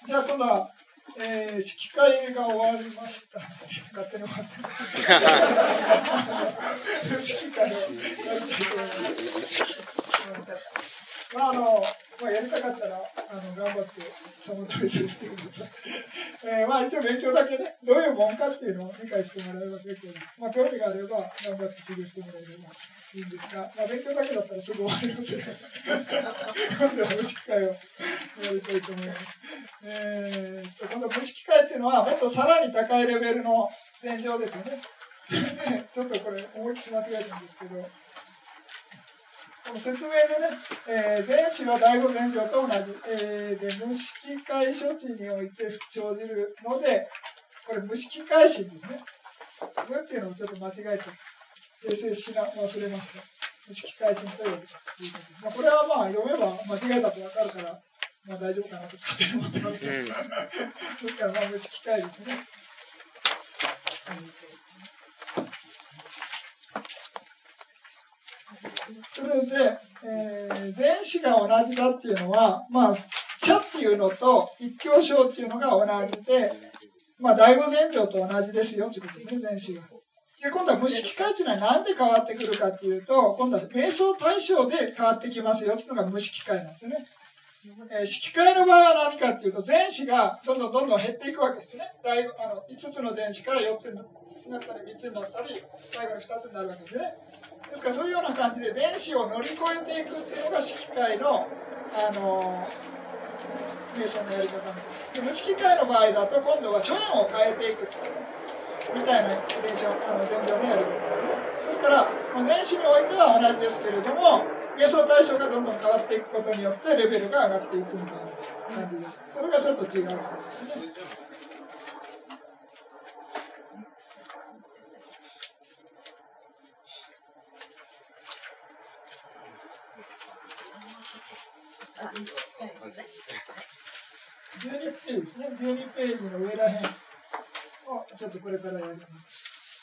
じゃあ今度は、式会が終わりました。勝手に終わってる。式会をやりたいと思います。やりたかったら頑張ってその通りするっていうことです。一応勉強だけね、どういうもんかっていうのを理解してもらえれば結構です。興味があれば頑張って修行してもらえればいいんですが、勉強だけだったらすぐ終わりますよ。今度は無式会をやりたいと思います。今度無式会っていうのはもっとさらに高いレベルの禅定ですよね。ちょっとこれ思いっきり間違えたんですけど、この説明でね、禅師は第五禅定と同じ、で無式会処置において生じるので、これ無式会心ですね。無っていうのをちょっと間違えて訂正忘れました。無式会心と呼ぶということです。これは読めば間違えたと分かるから、大丈夫かなと勝手に思ってますけど、ですから無式会ですね。それで、禅師が同じだっていうのは、社っていうのと一教承っていうのが同じで、第五禅定と同じですよということですね、禅師が。で、今度は無式会っていうのは何で変わってくるかっていうと、今度は瞑想対象で変わってきますよっていうのが無式会なんですよね。式会の場合は何かっていうと、禅師がどんどん減っていくわけですね。5つの禅師から4つになったり3つになったり、最後に2つになるわけですね。ですからそういうような感じで禅師を乗り越えていくっていうのが式会の、瞑想のやり方なんです。で無式会の場合だと今度は諸縁を変えていくみたいな禅定のやり方ですね。ですから禅師においては同じですけれども、瞑想対象がどんどん変わっていくことによってレベルが上がっていくみたいな感じです。それがちょっと違うところですね。12ページですね。12ページの上らへんをちょっとこれからやります。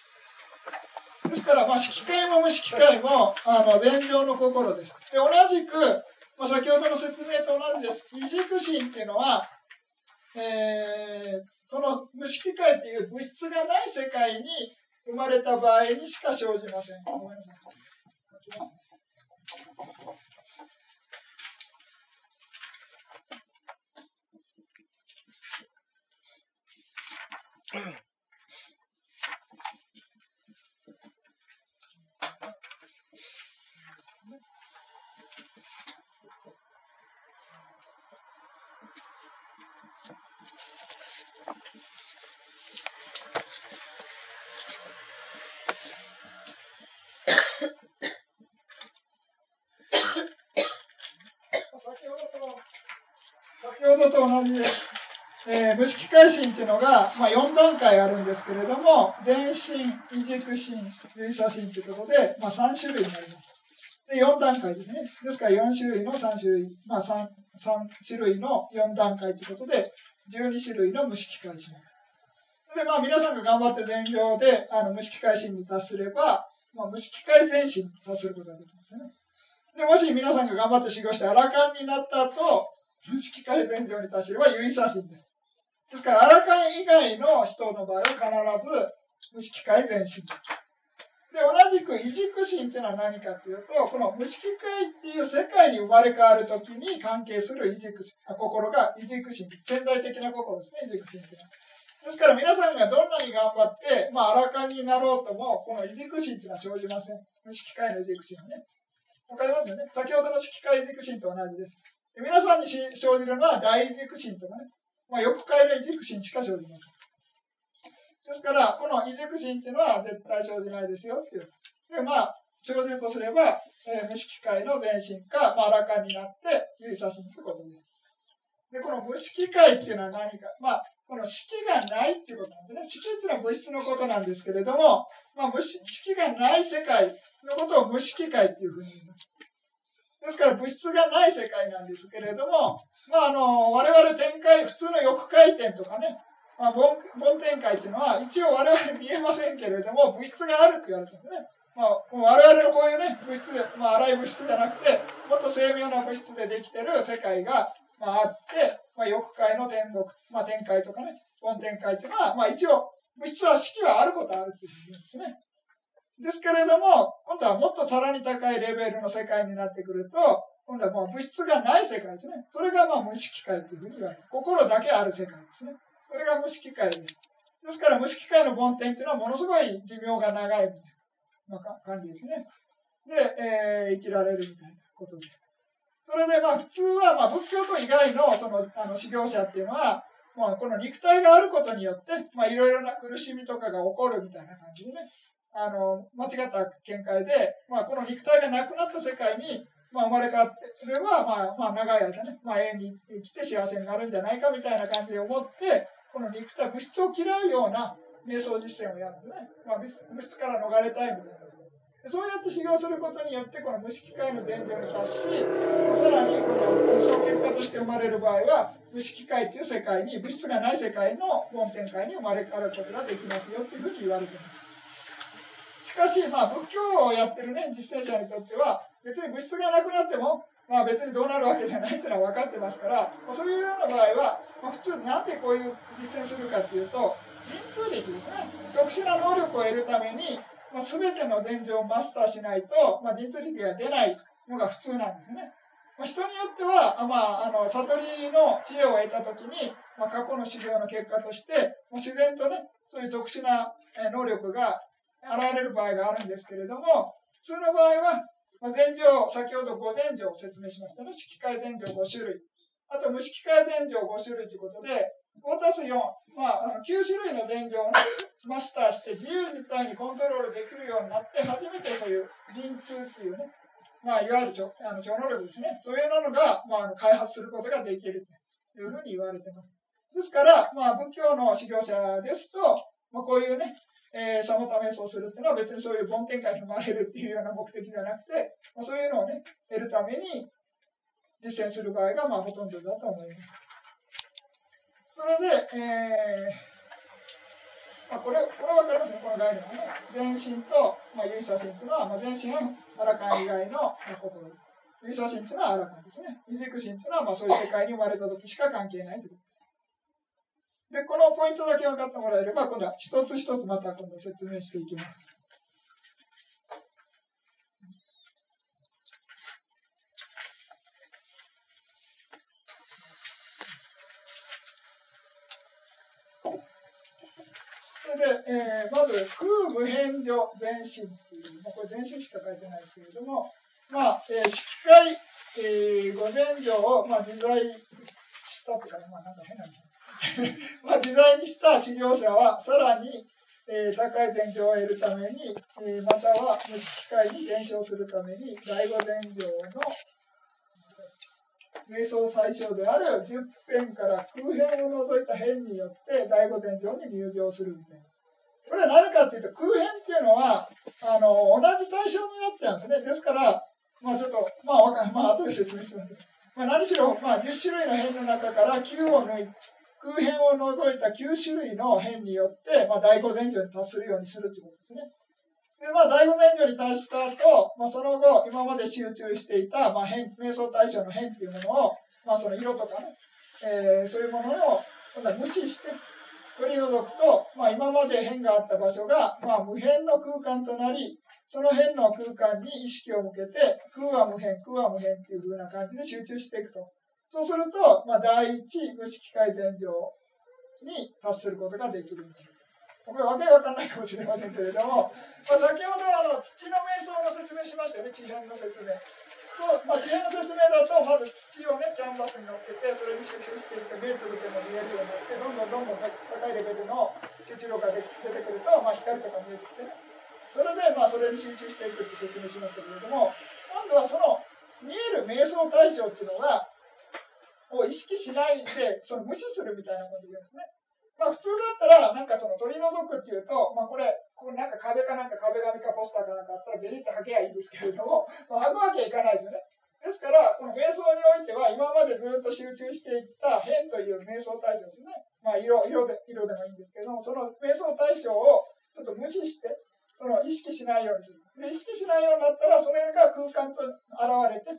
ですから、式会も無式会も禅定の心です。で同じく、先ほどの説明と同じです。異軸心っていうのは、この無式界という物質がない世界に生まれた場合にしか生じません。ごめんなさい。書きますね。先ほどと同じです。無式会心っていうのが、4段階あるんですけれども、全心、異軸心、唯差心ということで、3種類になります。で、4段階ですね。ですから4種類の3種類、3種類の4段階ということで、12種類の無式会心。で、皆さんが頑張って禅定で無式会心に達すれば、無式会全心に達することができますよね。で、もし皆さんが頑張って修行してアラカンになった後、無式会禅定に達すれば唯差心です。ですから、アラカン以外の人の場合は必ず無式会全心です。で、同じく異軸心というのは何かというと、この無式界っていう世界に生まれ変わるときに関係する異軸心、心が異軸心、潜在的な心ですね、異軸心というのは。ですから皆さんがどんなに頑張って、アラカンになろうとも、この異軸心というのは生じません。無式界の異軸心はね。わかりますよね。先ほどの式界異軸心と同じです。皆さんに生じるのは大異軸心とかね。欲界の異軸心しか生じません。ですから、この異軸心っていうのは絶対生じないですよっていう。で、生じるとすれば、無式界の前心か、アラカンになって唯差心ということです。で、この無式界っていうのは何か、この式がないっていうことなんですね。式っていうのは物質のことなんですけれども、式がない世界のことを無式界っていうふうに言います。ですから物質がない世界なんですけれども、我々普通の欲回転とかね、梵天界っていうのは一応我々見えませんけれども、物質があるって言われてますね。我々のこういうね、物質で、粗い物質じゃなくて、もっと精妙な物質でできてる世界が、 あって、欲界の天国、天界とかね、梵天界っていうのは、一応、物質は式はあることはあるというふうに言うんですね。ですけれども、今度はもっとさらに高いレベルの世界になってくると、今度はもう物質がない世界ですね。それが無色界というふうに言われる。心だけある世界ですね。それが無色界です。ですから無色界の梵天というのはものすごい寿命が長いみたいな感じですね。で、生きられるみたいなことです。それで普通は仏教徒以外の修行者っていうのは、この肉体があることによって、いろいろな苦しみとかが起こるみたいな感じでね、間違った見解で、この肉体がなくなった世界に、生まれ変わってれば、長い間ね、永遠に生きて幸せになるんじゃないかみたいな感じで思って、この肉体、物質を嫌うような瞑想実践をやるんですね。物質から逃れたいみたいな。そうやって修行することによって、この無色界の禅定に達し、さらにこのその結果として生まれる場合は、無色界という世界に、物質がない世界の梵天界に生まれ変わることができますよというふうに言われています。しかし、仏教をやってるね、実践者にとっては、別に物質がなくなっても、別にどうなるわけじゃないというのは分かってますから、そういうような場合は、普通なんでこういう実践するかというと、神通力ですね。特殊な能力を得るために、全ての禅定をマスターしないと、神通力が出ないのが普通なんですね。人によっては、悟りの知恵を得たときに、過去の修行の結果として、自然とね、そういう特殊な能力が現れる場合があるんですけれども、普通の場合は、禅定、先ほど5禅定を説明しましたね。色界禅定5種類。あと無色界禅定5種類ということで、5たす4、9種類の禅定を、ね、マスターして自由自在にコントロールできるようになって、初めてそういう神通っていうね、いわゆる超能力ですね。そういうのが、開発することができるというふうに言われています。ですから、仏教の修行者ですと、こういうね、サモタ瞑想するっていうのは別にそういう梵天界に生まれるっていうような目的じゃなくて、そういうのをね、得るために実践する場合がほとんどだと思います。それで、これ分かりますね、この概念はね。全身と、有意写真というのは、全身はアラカン以外の心。有意写真というのはアラカンですね。異軸心というのは、そういう世界に生まれた時しか関係ないということです。で、このポイントだけ分かってもらえれば、今度は一つ一つまた今度説明していきます。それで、まず空無変所全身っていう、これ全身しか書いてないですけれども、色界、五禅定を、自在したというか、なんか変な自在にした修行者はさらに、高い禅定を得るために、または無色界に伝承するために第五禅定の瞑想最小である10辺から空辺を除いた辺によって第五禅定に入場するみたいな。これはなぜかというと、空辺っていうのは同じ対象になっちゃうんですね。ですから、ちょっと後で説明します。何しろ、10種類の辺の中から9を抜いて、空辺を除いた9種類の辺によって、第五禅定に達するようにするということですね。で、第五禅定に達した後、その後、今まで集中していた、瞑想対象の辺っていうものを、その色とかね、そういうものを今度は無視して取り除くと、今まで辺があった場所が、無辺の空間となり、その辺の空間に意識を向けて、空は無辺、空は無辺っていう風な感じで集中していくと。そうすると、第一無色界禅定に達することができる。これわけわかんないかもしれませんけれども、先ほど土の瞑想の説明しましたよね、地辺の説明。地辺の説明だと、まず土をね、キャンバスに乗っけて、それに集中していって、目つぶっても見えるようになって、どんどん高いレベルの集中力が出てくると、光とか見えてきてね。それで、それに集中していくって説明しましたけれども、今度はその見える瞑想対象っていうのが、を意識しないで、無視するみたいなことを言うんですね。普通だったら、取り除くっていうと、これなんか壁紙かポスターかなんかあったらベリッと履けばいいんですけれども、履くわけいかないですよね。ですから、この瞑想においては、今までずっと集中していった変という瞑想対象ですね。色でもいいんですけども、その瞑想対象をちょっと無視して、意識しないようにする。で、意識しないようになったら、それが空間と現れて、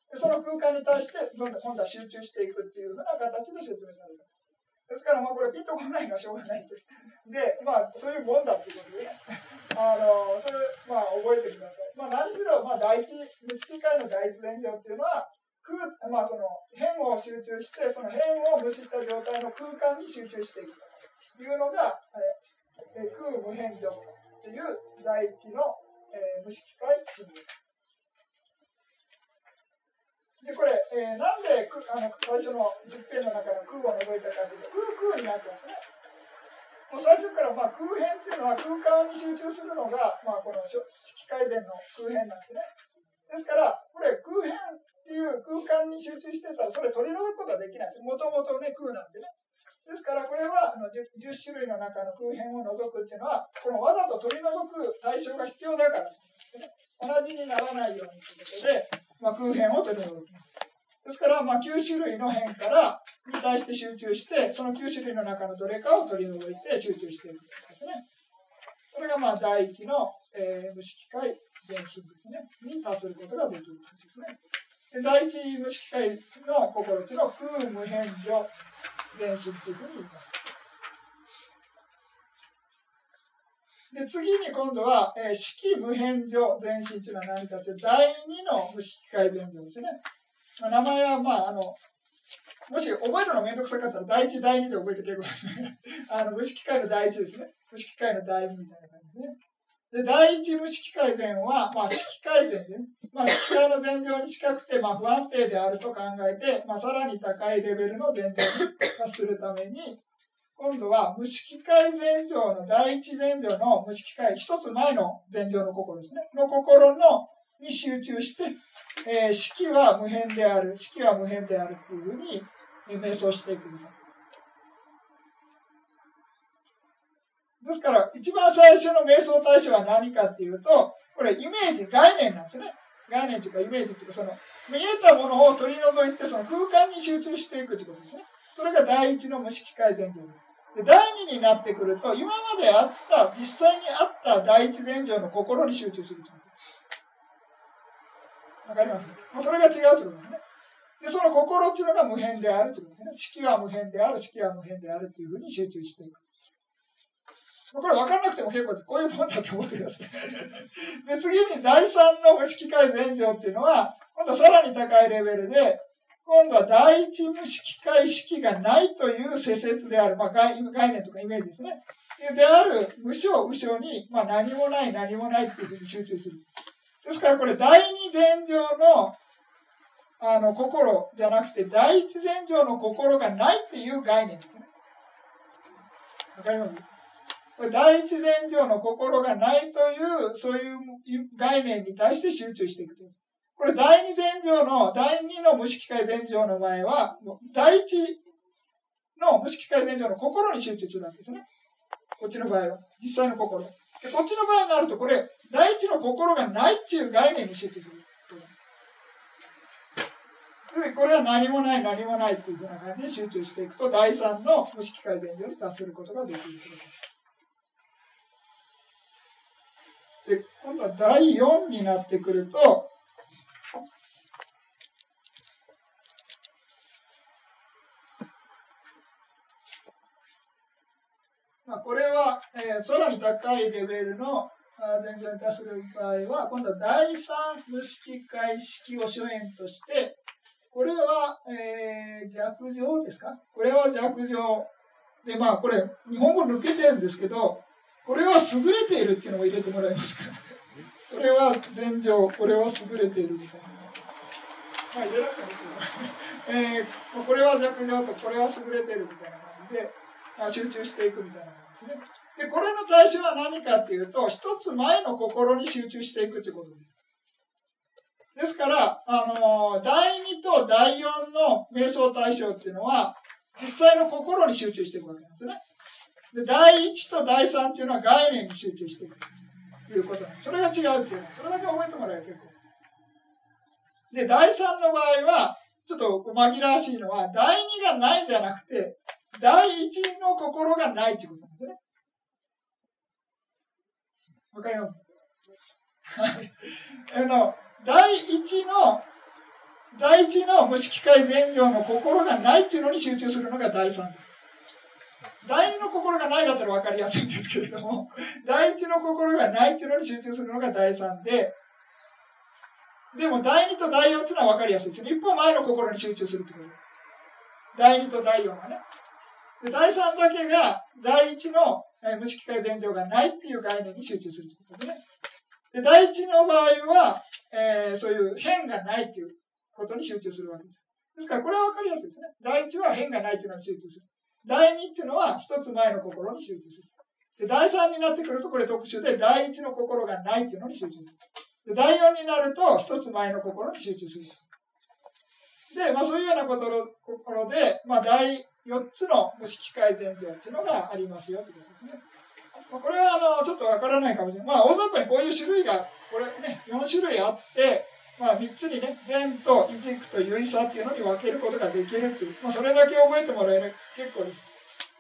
その空間に対して今度は集中していくっていうような形で説明される。ですから、これピンとこないのはしょうがないんです。で、そういうもんだっていうことでね。それ、覚えてください。何しろ、第一、無識界の第一前提っていうのは、その辺を集中して、その辺を無視した状態の空間に集中していくというのが、空無辺状という第一の、無識界心理。で、これ、なんで最初の10編の中の空を除いた感じで、空になっちゃうんですね。もう最初から空辺っていうのは空間に集中するのが、この式改善の空辺なんですね。ですから、これ空辺っていう空間に集中してたら、それ取り除くことはできないです。もともとね、空なんでね。ですから、これは10種類の中の空辺を除くっていうのは、このわざと取り除く対象が必要だからですね。同じにならないようにということで、空辺を取り除きます。ですから、9種類の辺からに対して集中して、その9種類の中のどれかを取り除いて集中していくということですね。これが第一の、無識界全身ですね、に達することができるということですね。で第一無識界の心地の空無変除全身というふうに言います。で次に今度は、識無変除全身というのは何かというと、第二の無識界全除ですね。名前は、もし覚えるのめんどくさかったら、第一、第二で覚えて結構ですね。無識界の第一ですね。無識界の第二みたいな感じですね。で、第一無識界全は、識界全でね。識界の全上に近くて、不安定であると考えて、さらに高いレベルの全上に達するために、今度は無識界全上の第一全上の無識界、一つ前の全上の心ですね。の心に集中して、識は無変である、識は無変であるというふうに瞑想していくんだ。ですから、一番最初の瞑想対象は何かっていうと、これイメージ、概念なんですね。概念というかイメージというか、その見えたものを取り除いて、その空間に集中していくということですね。それが第一の無識界全上です。で第二になってくると、今まであった、実際にあった第一全上の心に集中するということです。わかります？それが違うということですね。で、その心っていうのが無変であるということですね。識は無変である、識は無変であるというふうに集中していく。これ分かんなくても結構です。こういうもんだと思ってください。で、次に第三の無識界全上っていうのは、今度はさらに高いレベルで、今度は第一無識界識がないという施設である、概念とかイメージですね。である無償、無償に、何もない、何もないというふうに集中する。ですからこれ、第二全上の心じゃなくて、第一全上の心がないっていう概念ですね。わかります？これ第一全上の心がないという、そういう概念に対して集中していくという。これ第二の無識界全上の場合は、第一の無識界全上の心に集中するわけですね。こっちの場合は。実際の心。でこっちの場合になると、これ、第一の心がないっていう概念に集中する。でこれは何もない、何もないというふうな感じで集中していくと、第三の無識界全上に達することができるということです。で、今度は第4になってくると、これは、さらに高いレベルの全上に達する場合は、今度は第三無識界識を主縁として、これは、弱情ですか？これは弱情。で、これ、日本語抜けてるんですけど、これは優れているっていうのも入れてもらえますか？これは全情、これは優れているみたいな。入れなくてもいいですけど、これは弱情と、これは優れているみたいな感じで、集中していくみたいな感じですね。で、これの対象は何かっていうと、一つ前の心に集中していくということです。ですから、第2と第4の瞑想対象っていうのは、実際の心に集中していくわけなんですよね。で、第1と第3っていうのは概念に集中していくということなんです。それが違うっていうのは、それだけ覚えてもらえば結構。で、第3の場合は、ちょっと紛らわしいのは、第2がないんじゃなくて、第1の心がないっていうことなんですよね。わかります？はい。第1の第一の無色界前上の心がないっていうのに集中するのが第三です。第二の心がないだったら分かりやすいんですけれども、第一の心がないっていうのに集中するのが第三で、でも第二と第四っていうのは分かりやすいですね。一方前の心に集中するってことです。第二と第四がね。で第三だけが第一の無色界前上がないっていう概念に集中するということですね。で第一の場合は、そういう変がないっていうことに集中するわけです。ですからこれは分かりやすいですね。第一は変がないっていうのに集中する。第二っていうのは一つ前の心に集中する。で第三になってくるとこれ特殊で、第一の心がないっていうのに集中する。で第四になると一つ前の心に集中する。で、そういうようなところで、第4つの無色界前上っていうのがありますよということですね。これはちょっとわからないかもしれない。大雑把にこういう種類が、これね、4種類あって、3つにね、善と異軸と唯差っていうのに分けることができるっていう、それだけ覚えてもらえる結構です。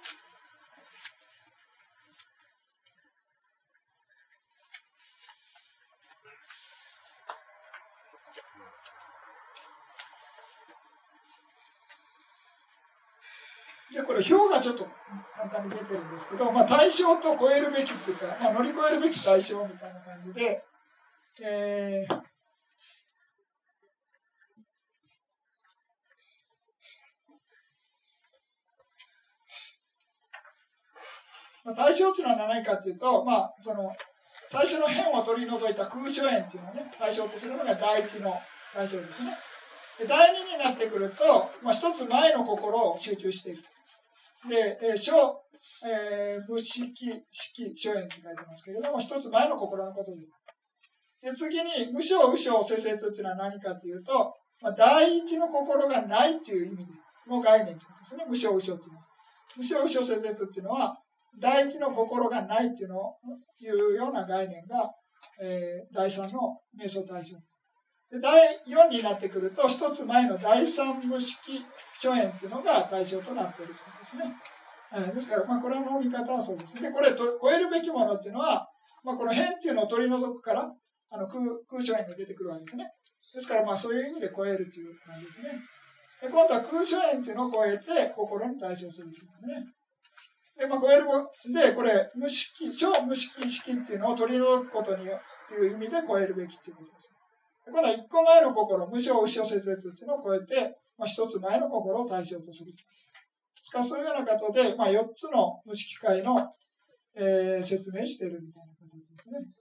で、これ表がちょっと簡単に出てるんですけど、対象と超えるべきっていうか、乗り越えるべき対象みたいな感じで、対象っていうのは何かっていうと、最初の変を取り除いた空所縁っていうのをね、対象とするのが第一の対象ですね。で第二になってくると、一つ前の心を集中していく。で、無色識所縁って書いてますけれども、一つ前の心のことです。で次に無所有所世節っていうのは何かっていうと、第一の心がないっていう意味の概念ということですね。無所有所っていうのは。無所有所世節っていうのは、第一の心がないっていうのをいうような概念が、第三の瞑想対象です。で第4になってくると、一つ前の第三無色所縁っていうのが対象となっているということですね。ですから、これの見方はそうです。で、これ超えるべきものっていうのは、この変っていうのを取り除くから、空所縁が出てくるわけですね。ですから、そういう意味で超えるという感じですね。で、今度は空所縁っていうのを超えて、心に対象するということですね。で、超えるで、これ、無色、小無色意識っていうのを取り除くことによっていう意味で超えるべきっていうことです。で今度は一個前の心、無所有所節節っていうのを超えて、一つ前の心を対象とする。ですから、そういうような形で、4つの無色界の、説明しているみたいな形ですね。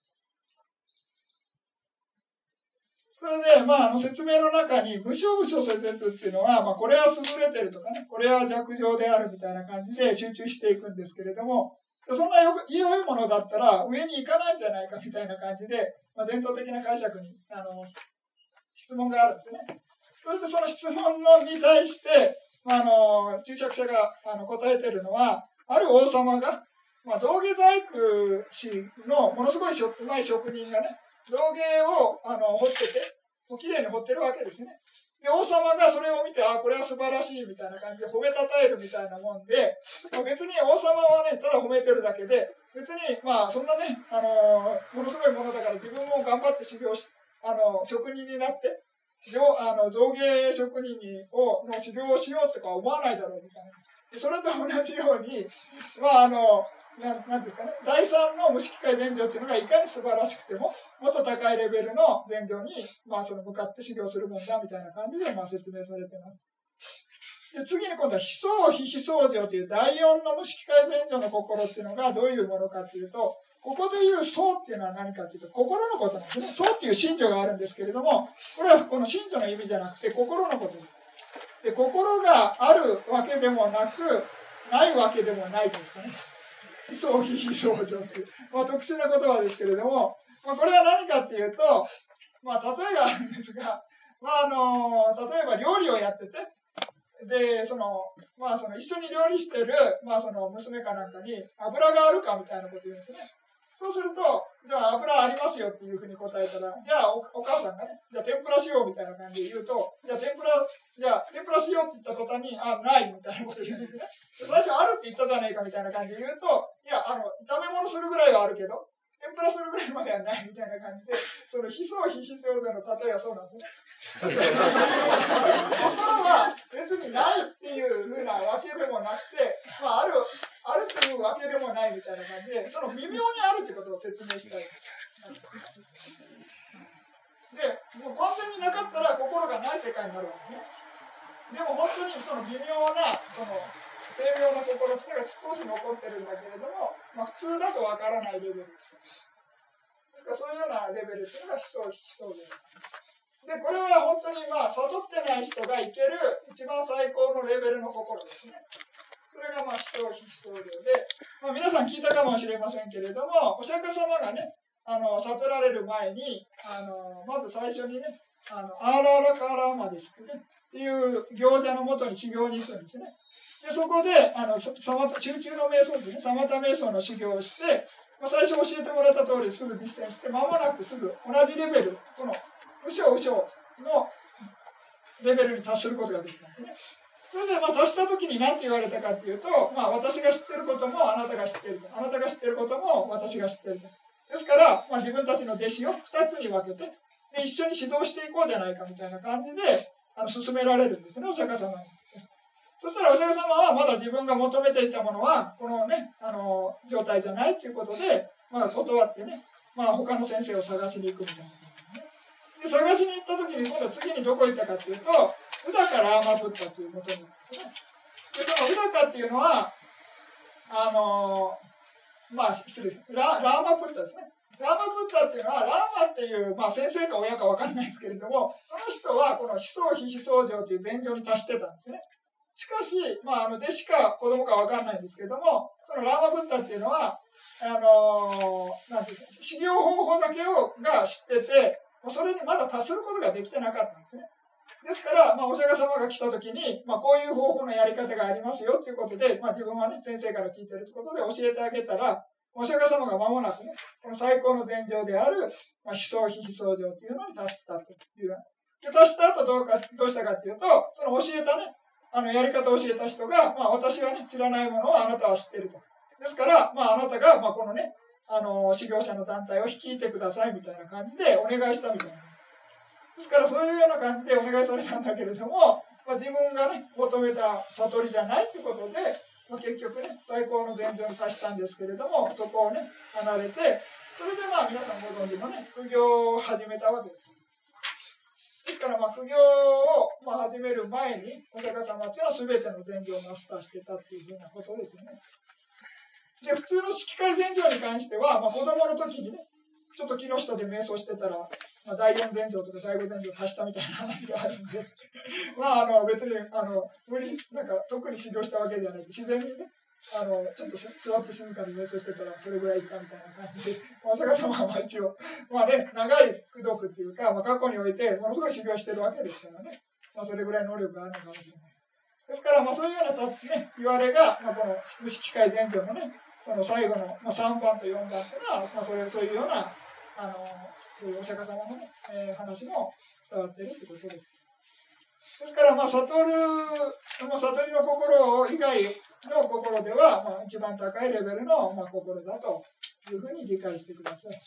それで、説明の中に、無所有所節節っていうのは、これは優れてるとかね、これは弱情であるみたいな感じで集中していくんですけれども、そんな良いものだったら上に行かないんじゃないかみたいな感じで、伝統的な解釈に質問があるんですね。それでその質問に対して、注釈者が答えているのは、ある王様が、象牙細工師のものすごいうまい職人がね、象牙を彫ってて、きれいに彫ってるわけですね。で、王様がそれを見て、これは素晴らしいみたいな感じで褒めたたえるみたいなもんで、別に王様はね、ただ褒めてるだけで、別に、そんなね、ものすごいものだから自分も頑張って修行し、職人になって、象牙職人の修行をしようとか思わないだろうみたいな。でそれと同じように、なんですかね、第三の無色界前上っていうのがいかに素晴らしくても、もっと高いレベルの前上に、その向かって修行するもんだみたいな感じで、説明されています。で次に今度は悲相非悲相上という第四の無色界前上の心っていうのがどういうものかっていうと、ここでいう相っていうのは何かっていうと、心のことなんですね。相っていう信条があるんですけれども、これはこの信条の意味じゃなくて、心のことです。で、心があるわけでもなく、ないわけでもないですかね。悲相非悲相上という、特殊な言葉ですけれども、これは何かっていうと、例えがあるんですが、例えば料理をやってて、で、その一緒に料理してる、その娘かなんかに、油があるかみたいなこと言うんですね。そうすると、じゃあ油ありますよっていうふうに答えたら、じゃあお母さんがね、じゃあ天ぷらしようみたいな感じで言うと、じゃあ天ぷらしようって言った途端に、ないみたいなこと言うんですね。最初あるって言ったじゃねえかみたいな感じで言うと、いや、炒め物するぐらいはあるけど、天ぷプラするぐらいまではないみたいな感じで、その非相非非相乗の例えはそうなんですね。心は別にないっていうふうなわけでもなくて、あるというわけでもないみたいな感じで、その微妙にあるということを説明したい。で、もう完全になかったら心がない世界になるわけね。でも本当にその微妙な、その性妙な心っていうのが少し残ってるんだけれども、普通だとわからないレベルです。ですからそういうようなレベルっていうのが非相非非相乗で、これは本当に悟ってない人がいける一番最高のレベルの心ですね。それが非相非非相乗で、皆さん聞いたかもしれませんけれども、お釈迦様がね、悟られる前に、まず最初にね、アーラーラカーラーマですね、っていう行者のもとに修行に行くんですね。で、そこで、集中の瞑想ですね、サマタ瞑想の修行をして、最初教えてもらった通りすぐ実践して、間もなくすぐ同じレベル、この、うしょうしょのレベルに達することができたんですね。それで達したときに何て言われたかっていうと、私が知っていることもあなたが知っていると。あなたが知っていることも私が知っていると。ですから、自分たちの弟子を2つに分けて、で、一緒に指導していこうじゃないかみたいな感じで、進められるんですね、お釈迦様に。そしたらお釈迦様はまだ自分が求めていたものは、このね、状態じゃないということで、断ってね、他の先生を探しに行くみたいな。で、探しに行った時に、今度は次にどこ行ったかっていうと、ウダカラーマブッダということになってね。で、そのウダカっていうのは、失礼です。ラーマブッダですね。ラーマブッダっていうのは、ラーマっていう、先生か親かわかんないですけれども、その人はこの非相非非相乗という禅情に達してたんですね。しかし、弟子か子供かわかんないんですけれども、そのラーマブッダっていうのは、なんていうんですか、修行方法だけが知ってて、それにまだ達することができてなかったんですね。ですから、お釈迦様が来たときに、こういう方法のやり方がありますよということで、自分はね、先生から聞いてるということで教えてあげたら、お釈迦様が間もなくね、この最高の禅情である、非相非非相乗というのに達したという。で、達した後どうしたかというと、その教えたね、やり方を教えた人が、私はね、知らないものをあなたは知っていると。ですから、あなたが、このね、修行者の団体を率いてくださいみたいな感じでお願いしたみたいな。ですから、そういうような感じでお願いされたんだけれども、自分がね、求めた悟りじゃないということで、結局ね、最高の禅情に達したんですけれども、そこをね、離れて、それで皆さんご存知のね、苦行を始めたわけです。ですから、苦行を始める前に、お釈迦様っていうのは全ての禅情をマスターしてたっていうふうなことですよね。で、普通の式会禅情に関しては、子供の時にね、ちょっと木の下で瞑想してたら、第4禅情とか第5禅情を足したみたいな話があるんで、別に、無理、特に修行したわけじゃない。自然にね、ちょっと座って静かに瞑想してたら、それぐらいいったみたいな感じで、お釈迦様は一応、長い功徳っていうか、過去において、ものすごい修行してるわけですからね、それぐらい能力があるのかもしれない。ですから、そういうようなね、言われが、この無式会禅情のね、その最後の、3番と4番というのは、そういうような、そういうお釈迦様のね、話も伝わっているということです。ですから、悟りの心以外の心では、一番高いレベルの、心だというふうに理解してください。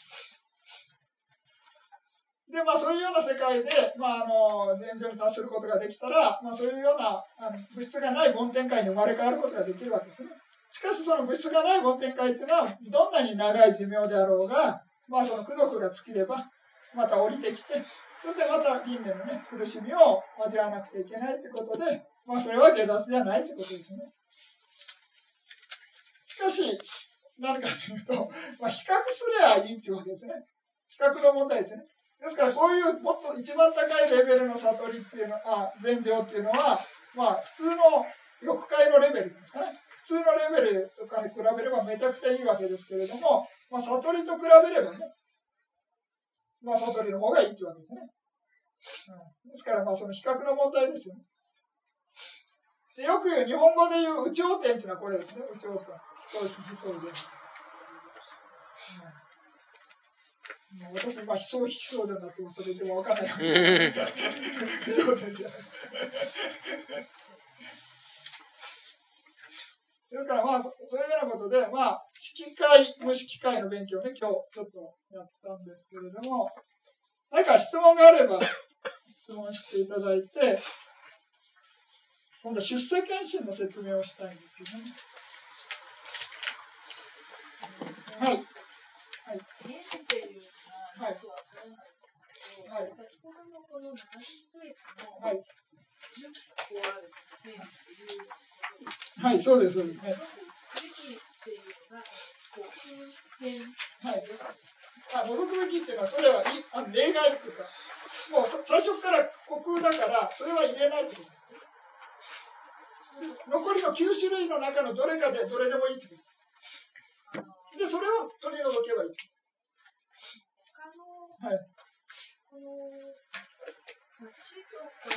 で、そういうような世界で、禅情に達することができたら、そういうような物質がない梵天界に生まれ変わることができるわけですね。しかし、その物質がない梵天界っていうのは、どんなに長い寿命であろうが、その功徳が尽きれば、また降りてきて、それでまた輪廻のね、苦しみを味わわなくちゃいけないということで、それは下脱じゃないということですね。しかし、何かというと、比較すればいいっていうわけですね。比較の問題ですね。ですから、こういうもっと一番高いレベルの悟りっていうのは、禅情っていうのは、普通の欲界のレベルですかね。普通のレベルとかに比べればめちゃくちゃいいわけですけれども、悟りと比べればね、悟りの方がいいっていうわけですね。ですから、その比較の問題ですよね。で、よく言う日本語で言う有頂天っていうのはこれですね。有頂天。非相非相で。私、非相非相でになってもそれでも分かんないわけです。有頂天じゃない。 だからまあそういうようなことで、まあ、色界、無色界の勉強をね、今日ちょっとやったんですけれども、何か質問があれば質問していただいて、今度は出世検診の説明をしたいんですけどね。はい。はい。 見えているようなよくわからないんですけど、 はい、 先ほどのこの70ページのはい、 10個あるページっていうことです。 はい、そうです、そうです。はい。 べきっていうのが、こう、空編。 はい。除くべきっていうのは、それは例外っていうか、もう最初から虚空だから、それは入れないってことですね。残りの9種類の中のどれかでどれでもいいってことです。で、それを取り除けばいい。 他の、 はい。 この、地とか、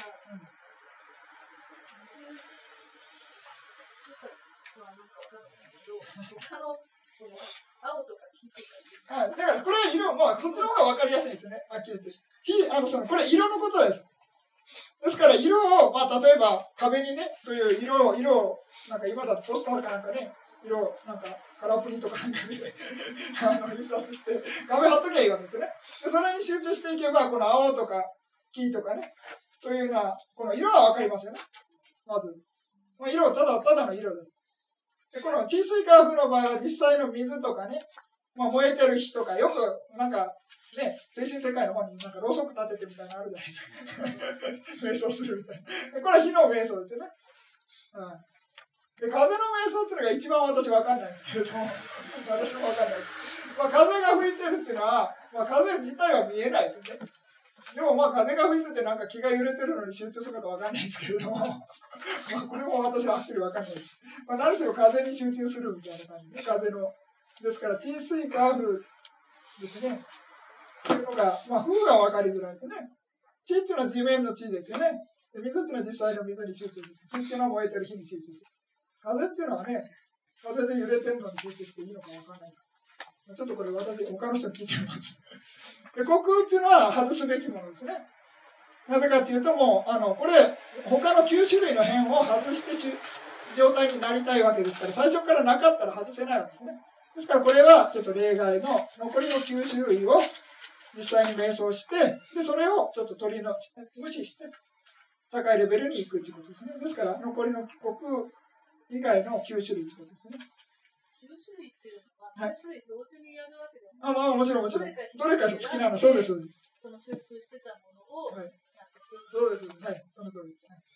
なんかわかんないけど、他の、この、青とか黄とか。 はい。だから、これは色、まあ、こっちの方が分かりやすいんですよね。はっきり言って。これ色のことです。ですから、色を、まあ、例えば、壁にね、そういう色を、なんか今だとポスターかなんかね、色を、なんか、カラープリントかなんかで、印刷して、壁貼っときゃいいわけですよね。で、それに集中していけば、この青とか黄とかね、そういうような、この色は分かりますよね。まず。色はただの色です。で、この地水化学の場合は実際の水とかね、まあ、燃えてる火とか、よくなんかね、精神世界の方になんかろうそく立ててみたいなのあるじゃないですか。瞑想するみたいな。これは火の瞑想ですよね。で、風の瞑想っていうのが一番私わかんないんですけれども、私もわかんないです。まあ、風が吹いてるっていうのは、まあ、風自体は見えないですよね。でもまあ風が吹いててなんか気が揺れてるのに集中するのかわかんないですけれども、まあこれも私ははっきりわかんないです。まあ、何しろ風に集中するみたいな感じで、風の。ですから、地水化風ですね。というのが、まあ風がわかりづらいですね。地っていうのは地面の地ですよね。で水っていうのは実際の水に集中する。火っていうのは燃えてる火に集中する。風っていうのはね、風で揺れてるのに集中していいのかわかんない。ちょっとこれ私、他の人に聞いてみます。で、虚空っていうのは外すべきものですね。なぜかというともう、これ、他の9種類の辺を外して状態になりたいわけですから、最初からなかったら外せないわけですね。ですからこれはちょっと例外の残りの9種類を実際に瞑想して、で、それをちょっと無視して、高いレベルに行くということですね。ですから、残りの虚空以外の9種類ということですね。 9種類っていうのは、9種類同時にやるわけではない。 まあ、もちろん。どれか好きなの、そうです。 その集中してたものを、 はい、そうです。はい、その通りです。はい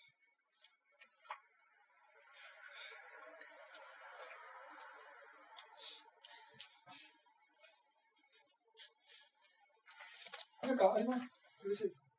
、なんかあります？よろしいですか？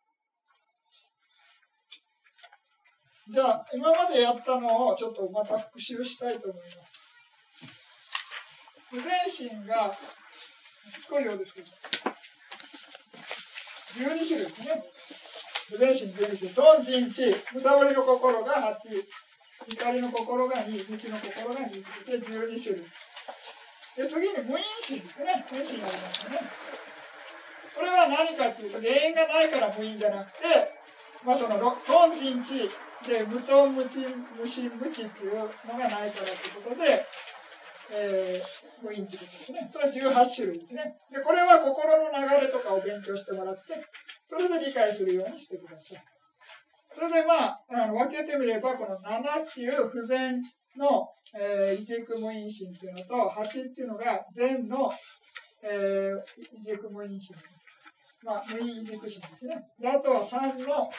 じゃあ、今までやったのをちょっとまた復習したいと思います。不全心がしつこいようですけど、12種類ですね。不全心12種類。トンチンチ、むさぼりの心が8、怒りの心が2、無知の心が2で12種類。で、次に無因心ですね。無因心がありますね。これは何かっていうと、原因がないから無因じゃなくて、まあそのトンチンチで無トン無チン無心無知っていうのがないからということで、無因ということですね。それは18種類ですね。で、これは心の流れとかを勉強してもらって、それで理解するようにしてください。それで分けてみれば、この7っていう不全の、異軸無因心っていうのと、8っていうのが全の、異軸無因心。無因異軸心ですね。で、あとは3の、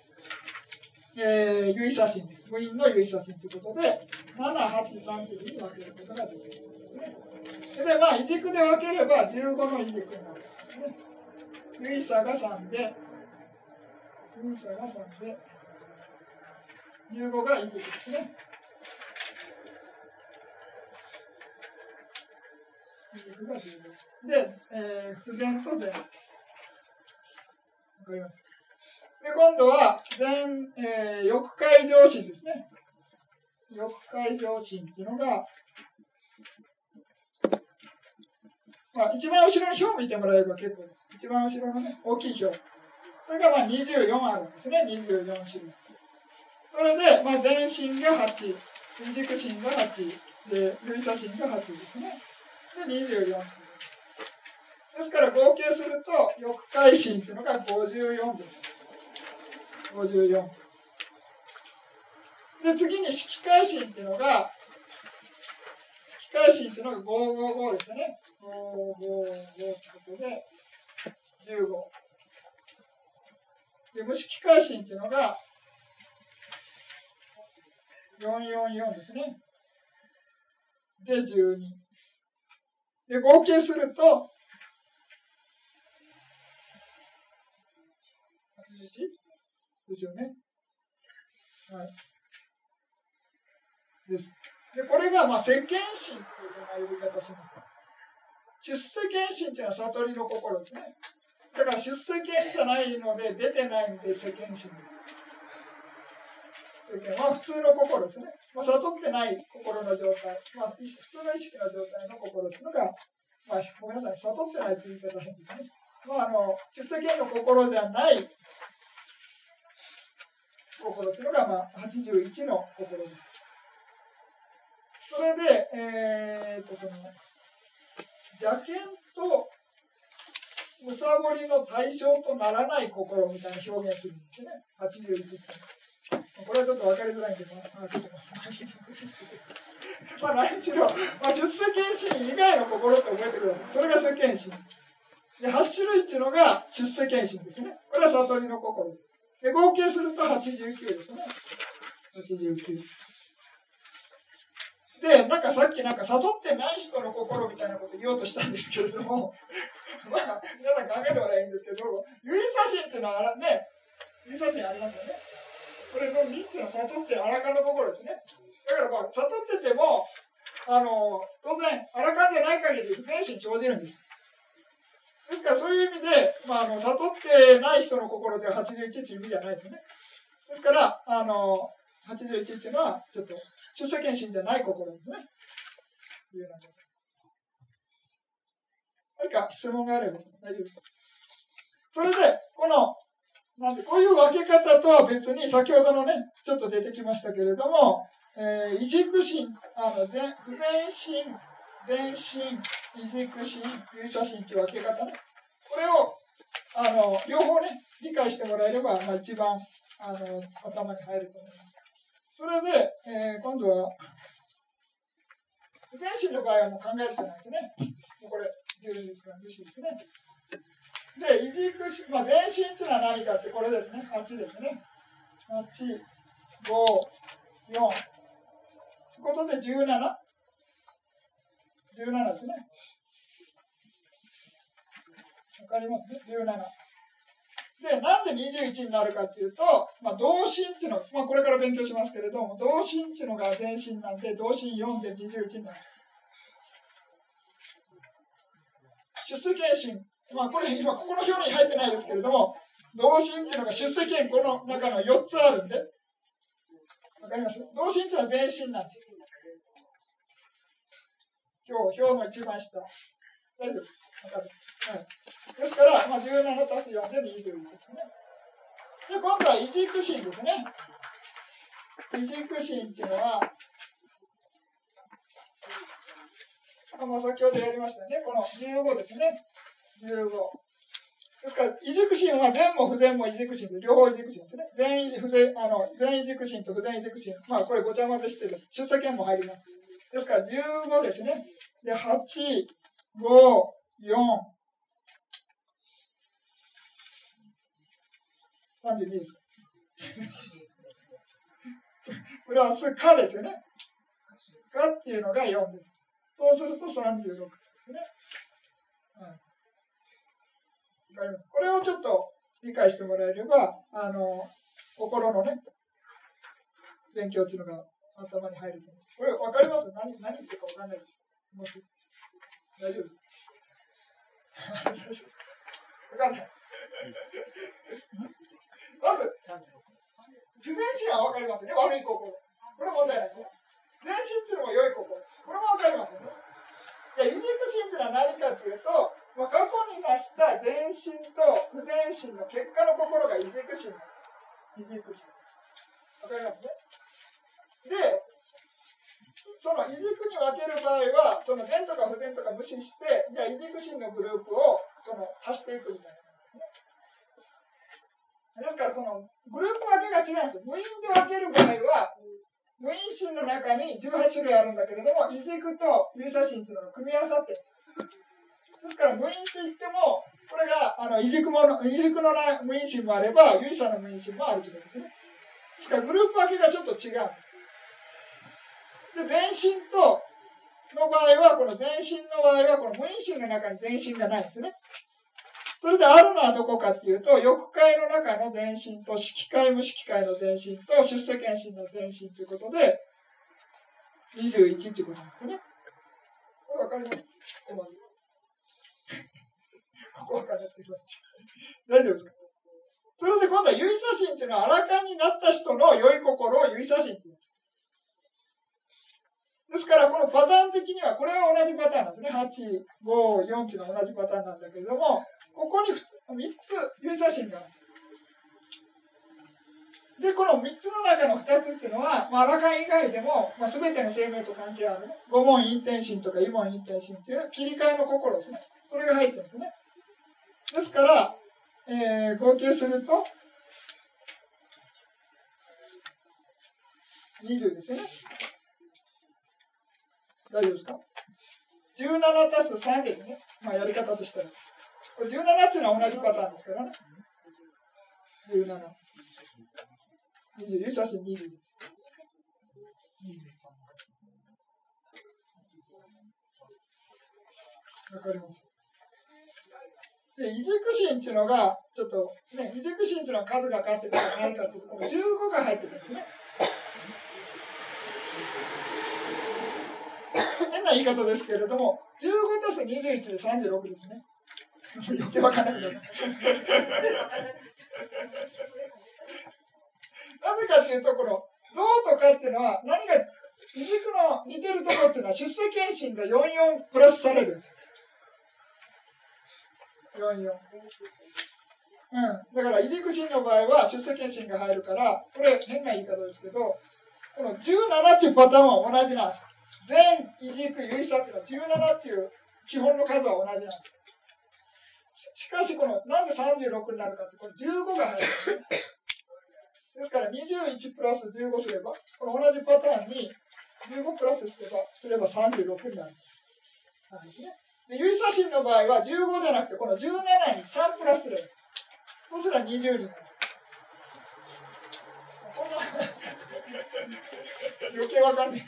有意差心です。無因の有意差心ということで、7、8、3というふうに分けることができるんですね。で、異軸で分ければ15の異軸になるんですね。有意差が3で、有意差が3で、15が異軸ですね。異軸が15。で、不全と全。わかります。で、今度は欲界上心ですね。欲界上心っていうのが、一番後ろに表を見てもらえれば結構です。一番後ろのね、大きい表。それが24あるんですね。24種類。それで、全身が8、異軸心が8、 で、類写真が8ですね。で、24。ですから合計すると、翼回心っていうのが54です。54。で、次に色回心っていうのが、色回心っていうのが555ですね。555ってことで、15。で、無色回心っていうのが、444ですね。で、12。で、合計すると、81ですよね。はい。です。で、これが、世間心というような呼び方します。出世間心というのは悟りの心ですね。だから出世間じゃないので、出てないんで世間心です。世間は普通の心ですね。悟ってない心の状態。普通の意識の状態の心というのが、ごめんなさい、悟ってないという言い方変ですね。出世間の心じゃない心というのが、81の心です。それで、邪見とむさぼりの対象とならない心みたいな表現するんですね。81って。これはちょっと分かりづらいんで、ちょっと何しろ、出世間心以外の心って覚えてください。それが世間心。で、8種類っていうのが出世間心ですね。これは悟りの心。で、合計すると89ですね。89。で、さっき悟ってない人の心みたいなこと言おうとしたんですけれども、皆さん考えてもらえばいいんですけど、有意差心っていうのはね、有意差心ありますよね。これの3つの悟ってあらかんの心ですね。だから悟ってても、当然、あらかんでない限り不全心生じるんです。ですからそういう意味で、悟ってない人の心では81っていう意味じゃないですよね。ですから、81っていうのは、ちょっと出世間心じゃない心ですね。いうような何か質問があれば大丈夫です。それで、こういう分け方とは別に、先ほどのね、ちょっと出てきましたけれども、異軸心、不全心、全心、異軸心、有差心という分け方ね。これを、両方ね、理解してもらえれば、一番、頭に入ると思います。それで、今度は、不全心の場合はもう考える人なんですね。もうこれ、10ですから、無視ですね。で、異軸心、全心というのは何かって、これですね。8ですね。8、5、4。ということで、17。17ですね。わかりますね。17。で、なんで21になるかっていうと、同心っていうの、これから勉強しますけれども、同心っていうのが全心なんで、同心4で21になる。出世間心。これ今ここの表に入ってないですけれども、同心っていうのが出世間この中の4つあるんで、わかります？同心っていうのは全身なんですよ。表の一番下。大丈夫？わかる？はい。ですから、17足す4で21ですね。で、今度は異軸心ですね。異軸心っていうのは、先ほどやりましたね。この15ですね。15。ですから、異軸心は全も不全も異軸心で、両方異軸心ですね。全異軸心と不全異軸心。これごちゃ混ぜしてる。出世間も入ります。ですから、15ですね。で、8、5、4、32ですか。プラス、かですよね。かっていうのが4です。そうすると36ですね。はい。これをちょっと理解してもらえれば、心のね、勉強っていうのが頭に入ると思います。これ分かります？何言ってるか分かんないです。大丈夫です分かんない。まず、不全心は分かりますよね。悪い心。これは問題ないですね。全心っていうのも良い心。これも分かりますよね。異軸心っていうのは何かというと、過去になした全心と不全心の結果の心が異軸心なんです。異軸心。わかりますね。で、 その異軸に分ける場合は、その善とか不善とか無視して、じゃあ異軸心のグループを足していくみたいな。ですから、そのグループ分けが違うんですよ。無因で分ける場合は、無因心の中に18種類あるんだけれども、異軸と有差心というのが組み合わさってるんです。ですから、無因って言っても、これが異軸の無因心もあれば、有差の無因心もあるということですね。ですから、グループ分けがちょっと違うんです。で、全心との場合は、この全心の場合は、この無因心の中に全心がないんですね。それであるのはどこかっていうと、欲界の中の全身と色界無色界の全身と出世間心の全身ということで、21っていうことなんですね。これわかります？ここわかんないですけど、大丈夫ですか？それで今度は有差心っていうのは、アラカンになった人の良い心を有差心って言うんです。ですから、このパターン的には、これは同じパターンなんですね。8、5、4っていうのは同じパターンなんだけれども、ここに3つ有差心があるんです。で、この3つの中の2つっていうのは、アラカン以外でも、全ての生命と関係あるね。五門因転心とか異門因転心っていうのは切り替えの心ですね。それが入ってるんですね。ですから、合計すると、20ですよね。大丈夫ですか？ 17 足す3ですね。やり方としたら。これ17っていうのは同じパターンですからね。17。20、有差心20。わかります。で、異軸心っていうのが、ちょっとね、異軸心っていうのは数が変わってくる何かというと、この15が入ってくるんですね。変な言い方ですけれども、15足す21で36ですね。余計わかんなくなる。なぜかっていうと、この、どうとかっていうのは、何が、異軸の似てるところっていうのは、出世間心が44プラスされるんですよ。44。だから、異軸心の場合は、出世間心が入るから、これ、変な言い方ですけど、この17っていうパターンは同じなんですよ。全異軸有差っていうのは17っていう基本の数は同じなんですよ。しかし、なんで36になるかって、これ15が入るんですね。ですから、21プラス15すれば、この同じパターンに15プラスすれば36になる。なんですね。で、有差心の場合は15じゃなくて、この17に3プラスすれば、そうすれば20になる。こんな余計わかんない。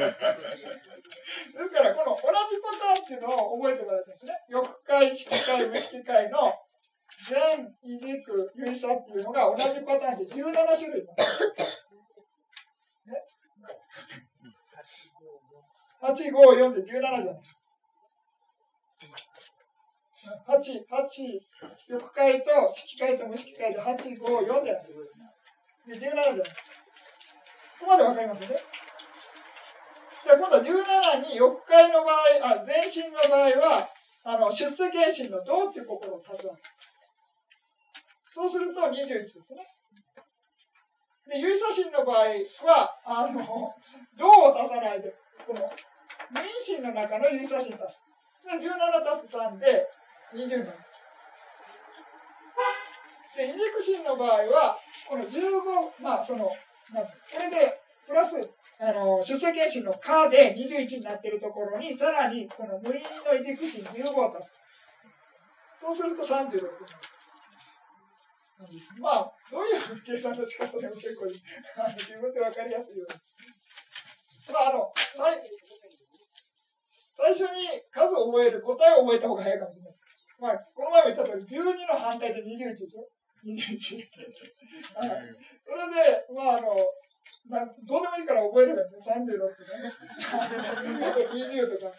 ですから、この同じパターンっていうのを覚えてもらいたいんですね。欲界、色界、無色界の全異軸有差っていうのが同じパターンで17種類なんです。ね、8、5、4で17じゃないですか。欲界と色界と無色界で8、5、4じゃないですか。で、17じゃないですか。ここまでわかりますよね。じゃあ今度は17に欲界の場合、全身の場合は、出世間心の道っていう心を足すわけ。そうすると21ですね。で、有差心の場合は、道を足さないで、この、無因心の中の有差心足す。で、17足す3で20になる。で、異軸心の場合は、この15、なんですか、これで、プラス、出世間心のかで21になっているところに、さらに、この無因の異軸心15を足す。そうすると36になる。なんです。どういう計算の仕方でも結構自分で分かりやすいように。最初に数を覚える、答えを覚えた方が早いかもしれないです。この前も言った通り、12の反対で21でしょ ?21。それで、どうでもいいから覚えればいいですよ。36とかね。あと20とか。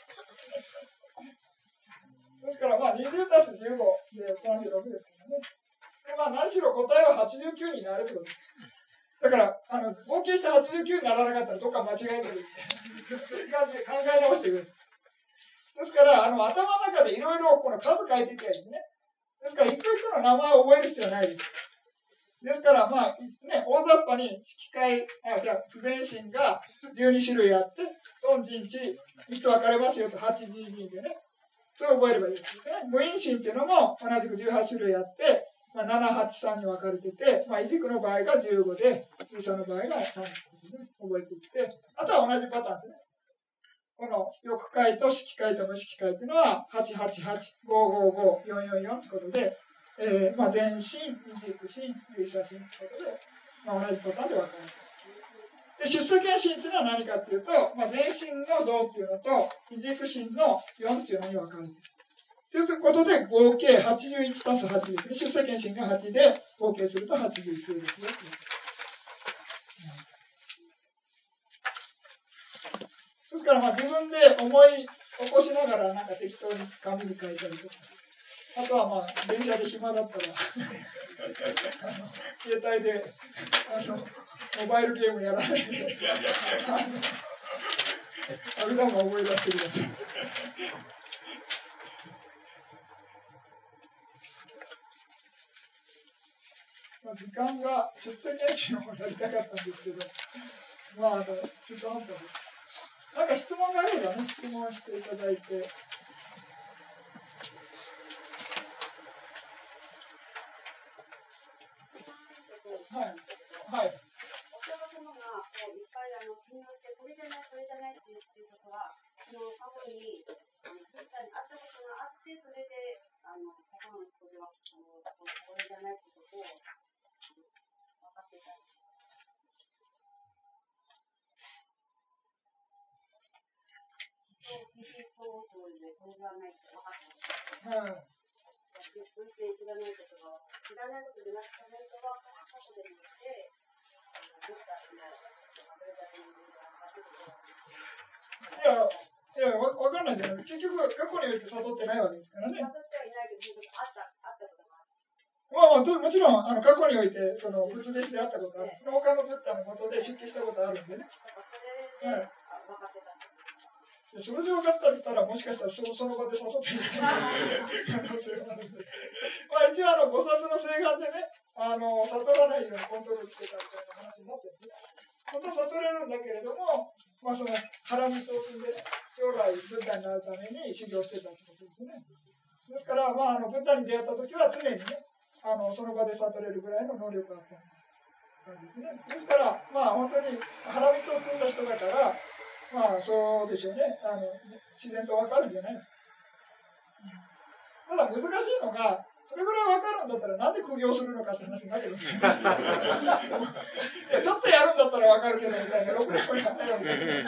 ですから、20足す15で36ですけどね。何しろ答えは89になるってことです。だから、合計して89にならなかったらどっか間違えてくるっていう感じで考え直してくるんです。ですから、頭の中でいろいろこの数書いていけばいいんですね。ですから、一個一個の名前を覚える必要はないです。 ですから、まあ、ね、大雑把に色界、じゃあ、全身が12種類あって、トン人地、3つ分かれますよと、8、2、2でね。それを覚えればいいですね。無因心っていうのも同じく18種類あって、まあ、7、8、3に分かれてて、まあ、異軸の場合が15で、イーサの場合が3ということで、ね、覚えていって、あとは同じパターンですね。この翼界と色界と無色界というのは、888、555、444ということで、まあ、全身、異軸心、イーサ心ということで、まあ、同じパターンで分かれている。で、出世検心というのは何かというと、まあ、全身の像というのと、異軸心の4というのに分かれている。ということで、合計81たす8ですね。出世検診が8で、合計すると89ですよ。ですから、まあ、自分で思い起こしながら、なんか適当に紙に書いたりとか、あとはまあ、電車で暇だったら携帯でモバイルゲームやらないで、あれだも思い出してください。時間が出世検診をやりたかったんですけど、まあ、中途半端です。なんか質問があればね、質問していただいて。はい。はい。 お釈迦様がいっぱい信用して、これじゃない、それじゃないっていうことは、過去にブッダに会ったことがあって、それで、他の人ではこれじゃないってことを分かっていたんです。そうで、これじゃないって分かってます。はい。運転知らないことが、知らないことでなくて、本当は過去でもって、ブッダになる。 いや、わかんないじゃない。結局、過去において悟ってないわけですからね。 悟ってはいないけど、あったことがある。 まあ、もちろん過去においてその仏弟子であったことある。その他のブッダのもとで出家したことあるんでね。 それで分かってた。 それで分かったって言ったら、もしかしたらその場で悟っている可能性があるんで。まあ一応菩薩の誓願でね、悟らないようにコントロールしてたみたいな話になってるんですね。本当は悟れるんだけれども、まあその腹水を汲んで、将来ブッダになるために修行してたってことですね。ですから、まあブッダに出会った時は常にね、その場で悟れるぐらいの能力があったんですね。ですから、まあ本当に腹水を汲んだ人だから、まあそうでしょうね。自然とわかるんじゃないですか。ただ難しいのが、それぐらいわかるんだったらなんで苦行するのかって話になってるんですよ。いやちょっとやるんだったらわかるけどみたいな、6年もやんないよみたいな。で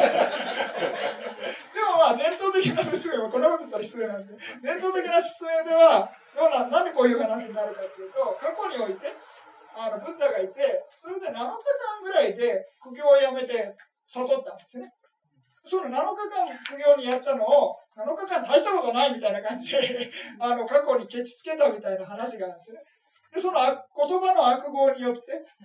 もまあ伝統的な説明は、こんなこと言ったら失礼なんで、伝統的な説明では、なんでこういう話になるかっていうと、過去において、ブッダがいて、それで7日間ぐらいで苦行をやめて悟ったんですね。その7日間苦行にやったのを、7日間大したことないみたいな感じで過去にケチつけたみたいな話があるんですね。で、その言葉の悪号によって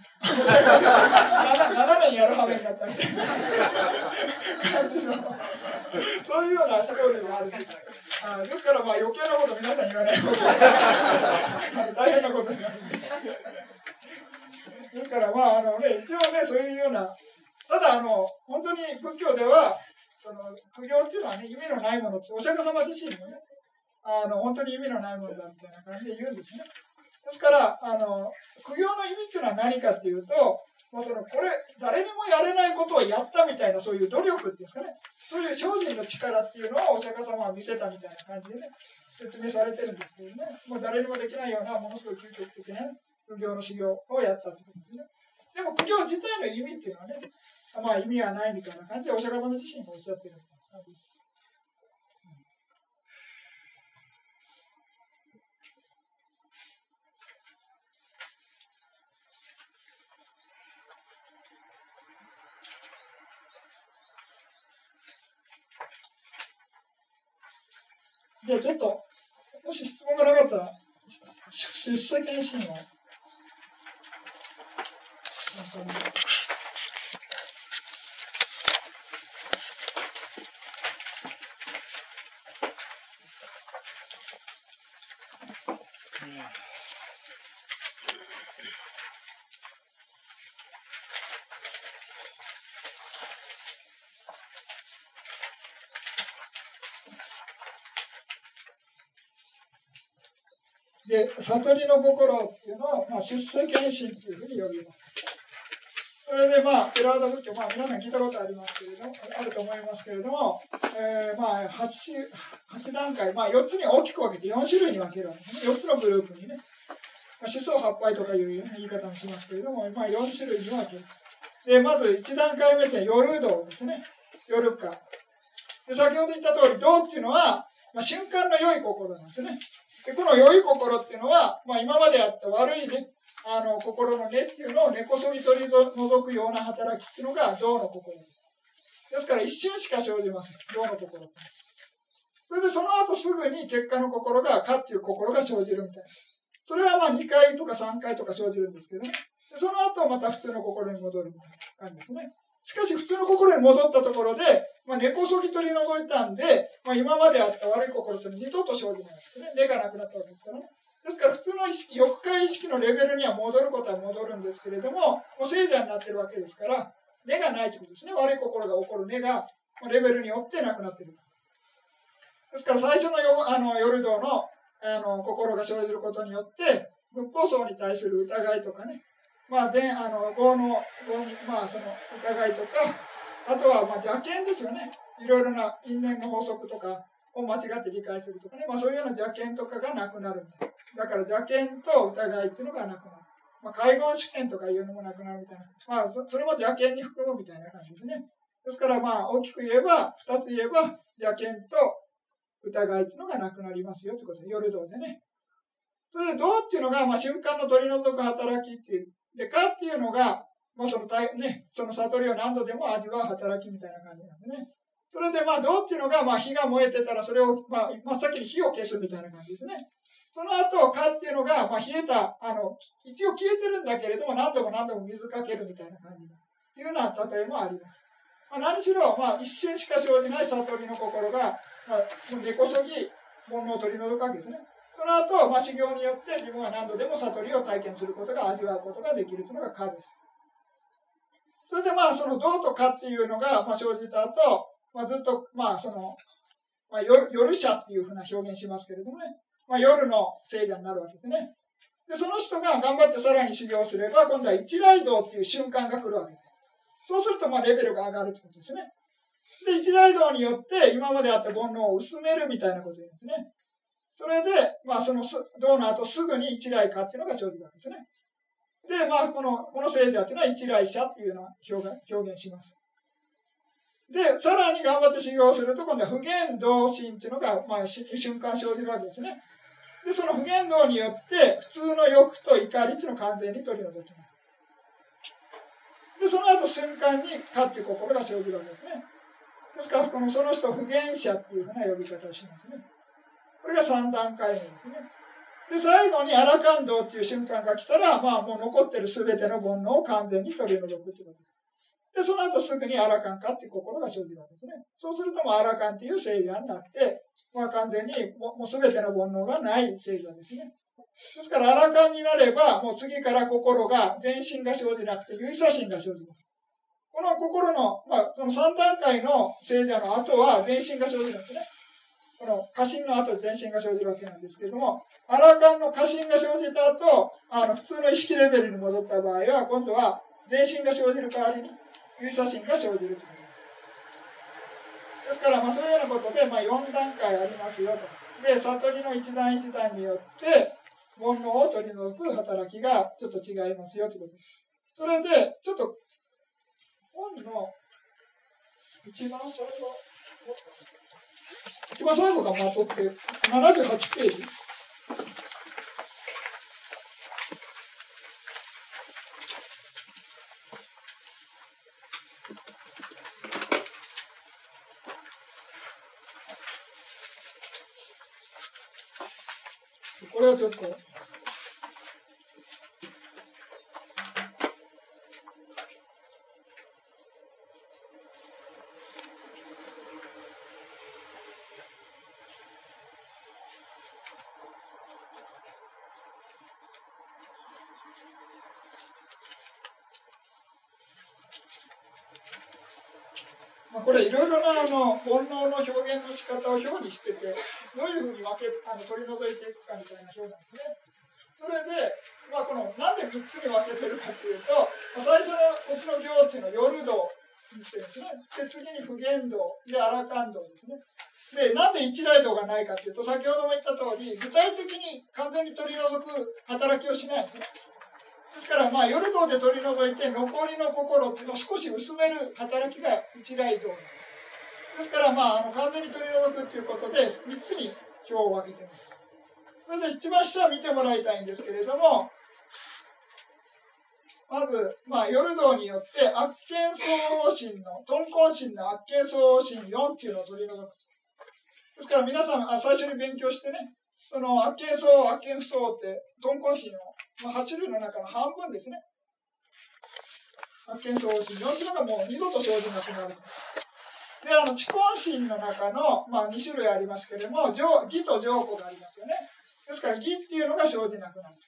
、7年やる羽目になったみたいな感じの、そういうようなストーリーがあるんです。ですから、まあ余計なこと皆さん言わない方が大変なことになるんです。ですから、まあ一応ね、そういうような、ただ本当に仏教では、その苦行っていうのはね、意味のないものって、お釈迦様自身もね、本当に意味のないものだみたいな感じで言うんですね。ですから、苦行の意味っていうのは何かっていうと、まあ、これ、誰にもやれないことをやったみたいな、そういう努力っていうんですかね、そういう精進の力っていうのをお釈迦様は見せたみたいな感じでね、説明されてるんですけどね、もう誰にもできないような、ものすごい究極的な苦行の修行をやったということですね。でも苦行自体の意味っていうのはね、まあ意味はないみたいな感じでお釈迦様自身もおっしゃってる感じです。じゃあちょっと、もし質問がなかったら、出世検診を。 で、悟りの心っていうのを、出世検心というふうに呼びます。それでテラワダ仏教、皆さん聞いたことありますけれども、あると思いますけれども、8段階、4つに大きく分けて4種類に分けるわけですね。4つのグループにね。思想八敗とかいう言い方もしますけれども、4種類に分ける。で、まず1段階目は夜道ですね。夜か。で、先ほど言った通り、道っていうのは、瞬間の良い心なんですね。で、この良い心っていうのは、今まであった悪いね、心の根っていうのを根こそぎ取り除くような働きっていうのが道の心です。ですから一瞬しか生じません。道の心。それでその後すぐに結果の心が、かっていう心が生じるみたいな。それは2回とか3回とか生じるんですけどね。でその後また普通の心に戻るみたいな感じですね。しかし普通の心に戻ったところで、根こそぎ取り除いたんで、今まであった悪い心と二度と生じないんですね。根がなくなったわけですからね。ですから普通の意識、欲界意識のレベルには戻ることは戻るんですけれども、もう聖者になってるわけですから、根がないということですね。悪い心が起こる根がレベルによってなくなっている。ですから最初の夜道の心が生じることによって、仏法僧に対する疑いとかね、業に、その疑いとか、あとは邪見ですよね。いろいろな因縁の法則とかを間違って理解するとかね、そういうような邪見とかがなくなる。だから邪見と疑いっていうのがなくなる。海言主権とかいうのもなくなるみたいな。それも邪見に含むみたいな感じですね。ですから大きく言えば、二つ言えば、邪見と疑いっていうのがなくなりますよってことで、夜道でね。それで道っていうのが、瞬間の取り除く働きっていう。で、かっていうのが、その悟りを何度でも味わう働きみたいな感じなんでね。それで道っていうのが、火が燃えてたら、それを、真っ先に火を消すみたいな感じですね。その後、かっていうのが、冷えた、一応消えてるんだけれども、何度も何度も水かけるみたいな感じっていうような例えもあります。何しろ、一瞬しか生じない悟りの心が、根こそぎ煩悩を取り除くわけですね。その後、修行によって自分は何度でも悟りを体験することが、味わうことができるというのがかです。それでその道とかっていうのが、生じた後、ずっと、夜者っていうふうな表現しますけれどもね、夜の聖者になるわけですね。で、その人が頑張ってさらに修行すれば、今度は一来道っていう瞬間が来るわけです。そうすると、レベルが上がるということですね。で、一来道によって、今まであった煩悩を薄めるみたいなことを言うんですね。それで、その道の後すぐに一来かっていうのが生じるわけですね。で、この聖者っていうのは一来者っていうのを表現します。で、さらに頑張って修行すると、今度は普賢道心っていうのが、瞬間生じるわけですね。で、その普賢道によって、普通の欲と怒りっていうのを完全に取り除きます。で、その後瞬間に、かっていう心が生じるわけですね。ですから、その人を普賢者っていうふうな呼び方をしますね。これが3段階目ですね。で、最後にアラカン道っていう瞬間が来たら、もう残ってるすべての煩悩を完全に取り除くということです。で、その後すぐにアラカンかっていう心が生じるわけですね。そうすると、アラカンっていう聖者になって、完全にもうすべての煩悩がない聖者ですね。ですから、アラカンになれば、もう次から心が、全身が生じなくて、唯差心が生じます。この心の、その3段階の聖者の後は、全身が生じるんですね。この過信の後、全身が生じるわけなんですけれども、アラカンの過信が生じた後、普通の意識レベルに戻った場合は、今度は全身が生じる代わりに、唯差心が生じるということです。ですから、そういうようなことで、4段階ありますよと。で、悟りの一段一段によって、煩悩を取り除く働きがちょっと違いますよということです。それで、ちょっと、本の一番最後がまとって、78ページ。これはちょっと、 これいろいろな煩悩の表現の仕方を表にしてて、どういうふうに取り除いていくかみたいな表なんですね。それで、このなんで3つに分けてるかっていうと、最初のこっちの行っていうのは夜道にしてるんですね。で、次に普賢道、で、阿羅漢道ですね。で、なんで一来道がないかっていうと、先ほども言った通り、具体的に完全に取り除く働きをしないんですね。ですから、夜道で取り除いて、残りの心っていうのを少し薄める働きが一来道ですから、完全に取り除くということで、3つに表を分けてます。それで一番下を見てもらいたいんですけれども、まず、夜道によって悪見相応心の、頓根心の悪見相応心4っていうのを取り除く。ですから皆さん、最初に勉強してね、その悪見相応、悪見不相応って、頓根心の、8種類の中の半分ですね。悪見相応心4っていうのがもう二度と生じなくなる。で、知根心の中の、2種類ありますけれども、義と浄故がありますよね。ですから、義っていうのが生じなくなる。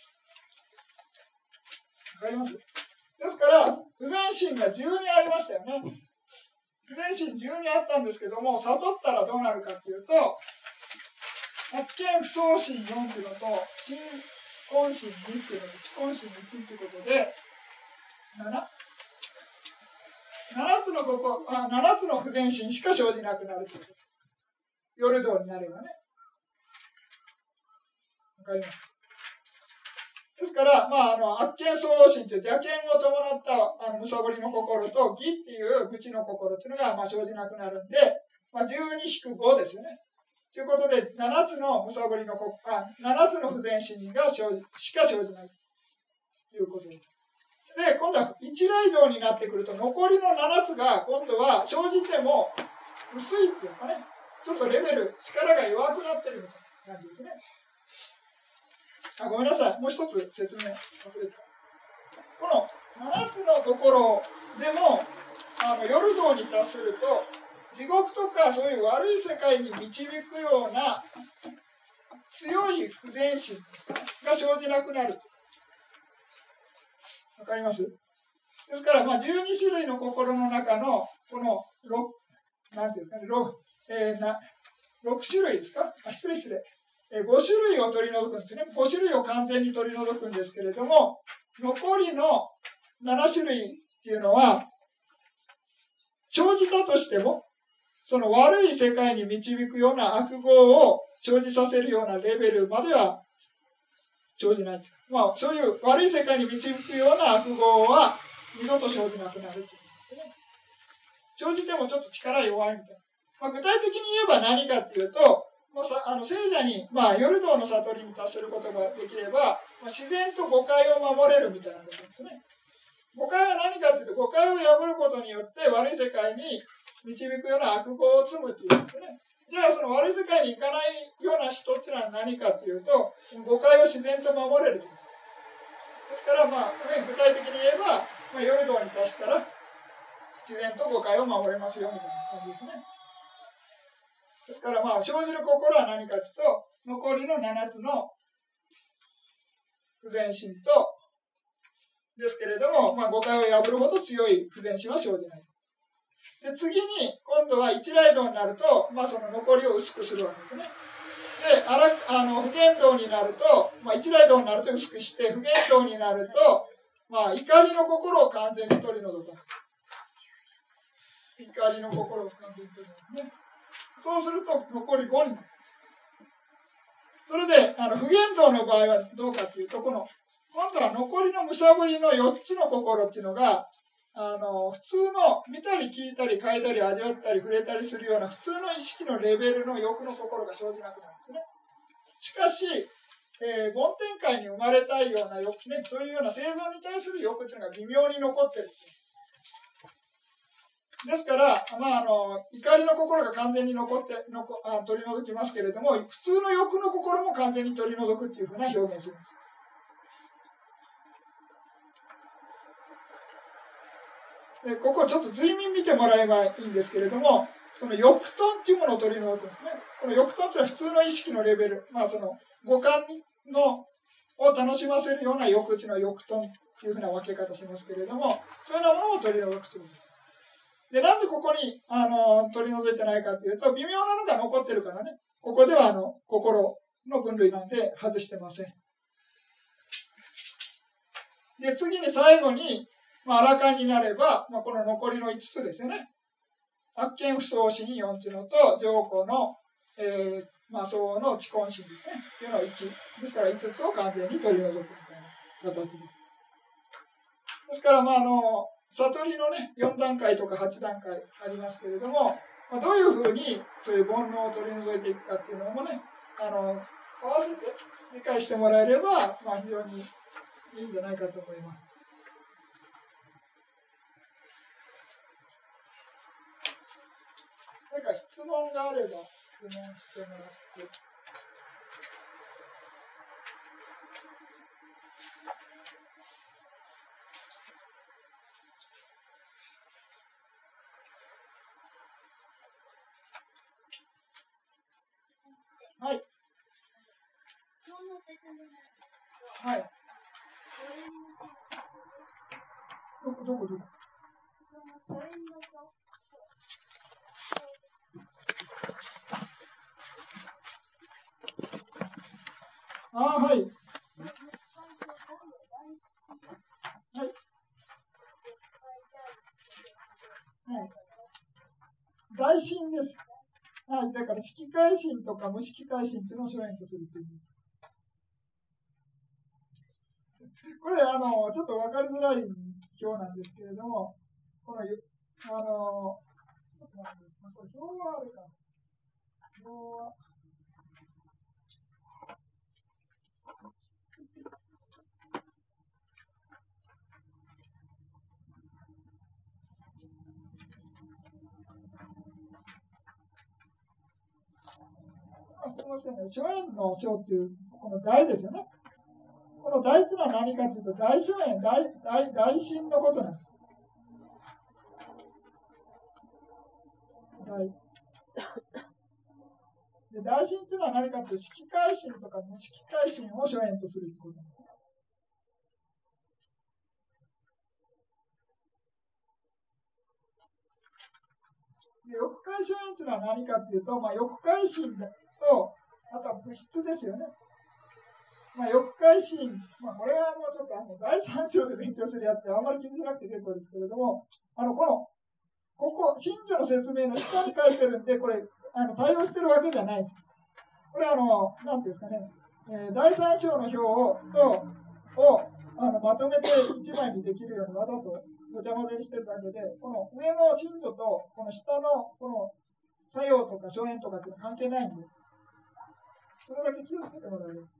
わかります？ですから、不全心が12ありましたよね。不全心12あったんですけども、悟ったらどうなるかっていうと、悪見不相心4っていうのと、真根心2っていうのと、知根心1っていうことで、7つの不全心しか生じなくなるということです。夜道になればね。わかります？ですから、悪見相応心という邪見を伴ったむさぼりの心と義っていう無知の心っていうのが生じなくなるんで、12-5ですよね。ということで、7つのむさぼりの7つの不全心しか生じないということです。で、今度は一来道になってくると、残りの7つが今度は生じても薄いっていうんですかね。ちょっとレベル、力が弱くなってるみたいな感じですね。ごめんなさい。もう一つ説明忘れてた。この7つのところでも、夜道に達すると、地獄とかそういう悪い世界に導くような強い不全心が生じなくなる。わかります？ですから、12種類の心の中の、このなんていうんですかね、6種類ですか？失礼。5種類を取り除くんですね。5種類を完全に取り除くんですけれども、残りの7種類っていうのは、生じたとしても、その悪い世界に導くような悪業を生じさせるようなレベルまでは生じない。そういう悪い世界に導くような悪業は二度と生じなくなるということですね。生じてもちょっと力弱いみたいな。具体的に言えば何かっていうと、聖者に、夜道の悟りに達することができれば、自然と誤解を守れるみたいなことですね。誤解は何かというと、誤解を破ることによって悪い世界に導くような悪業を積むということですね。じゃあ、その悪い世界に行かないような人っていうのは何かというと、誤解を自然と守れるということですから、具体的に言えば、夜道に達したら、自然と誤解を守れますよみたいな感じですね。ですから、生じる心は何かというと、残りの7つの不全心と、ですけれども、誤解を破るほど強い不全心は生じない。で、次に、今度は一来道になると、その残りを薄くするわけですね。で、普賢道になると、一来道になると薄くして、普賢道になると、怒りの心を完全に取り除く。怒りの心を完全に取り除くね。そうすると、残り5になる。それで、普賢道の場合はどうかというと、今度は残りのむさぼりの4つの心っていうのが、普通の見たり聞いたり嗅いだり味わったり触れたりするような普通の意識のレベルの欲の心が生じなくなるんですね。しかし、梵天界に生まれたいような欲ね、そういうような生存に対する欲っていうのが微妙に残ってるんです。ですから、怒りの心が完全に取り除きますけれども、普通の欲の心も完全に取り除くっていうふうな表現するんです。で、ここちょっと随眠見てもらえばいいんですけれども、その欲トンっていうものを取り除くんですね。この欲トンっていうのは普通の意識のレベル、その五感を楽しませるような欲っていうのは欲トンっていうふうな分け方しますけれども、そういうようなものを取り除くということです。 で、なんでここに、取り除いてないかというと、微妙なのが残ってるからね。ここでは、心の分類なんで外してません。で、次に最後に、アラカンになれば、この残りの5つですよね。悪見不相信4っていうのと、上皇の、相応の知根心ですね。っていうのは1。ですから5つを完全に取り除くみたいな形です。ですから、悟りのね、4段階とか8段階ありますけれども、どういうふうにそういう煩悩を取り除いていくかっていうのもね、合わせて理解してもらえれば、非常にいいんじゃないかと思います。何か質問があれば質問してもらって。はい。はい。どこはい。はい。はい。大心です。はい。だから、色界心とか無色界心っていうのを諸縁とするという。これ、ちょっと分かりづらい表なんですけれども、この、ちょっと待ってください。これ、表はあるか。表は、質問してるのは、諸縁の諸っていう、この大ですよね。この大っていうのは何かというと、大諸縁、大心のことなんです。で、大心というのは何かというと、色界心とか無色界心を諸縁とするということなんです。で、欲界諸縁というのは何かというと、欲界心と、あとは物質ですよね。欲界心、これはもうちょっと第3章で勉強するやつであんまり気にしなくて結構ですけれども、ここ、信条の説明の下に書いてるんで、これ、対応してるわけじゃないです。これ、なんていうんですかね、第3章の表をまとめて1枚にできるようにわざとごちゃ混ぜにしてるだけで、この上の信条とこの下のこの作用とか諸縁とかっていうのは関係ないんで、それだけ気をつけてもらえる。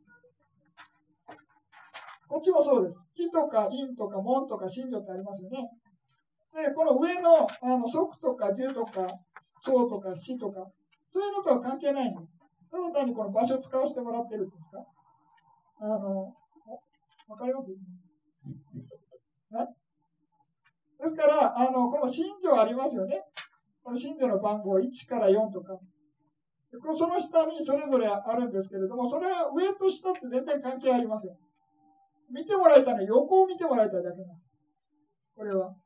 こっちもそうです。木とか陰とか門とか信条ってありますよね。で、この上の即とか樹とか相とか死とか、そういうのとは関係ないんです。ただ単にこの場所を使わせてもらってるんですか。わかります？ですから、この信条ありますよね。この信条の番号1から4とか。その下にそれぞれあるんですけれども、それは上と下って全然関係ありません。見てもらいたいのは横を見てもらいたいだけなんです。これは。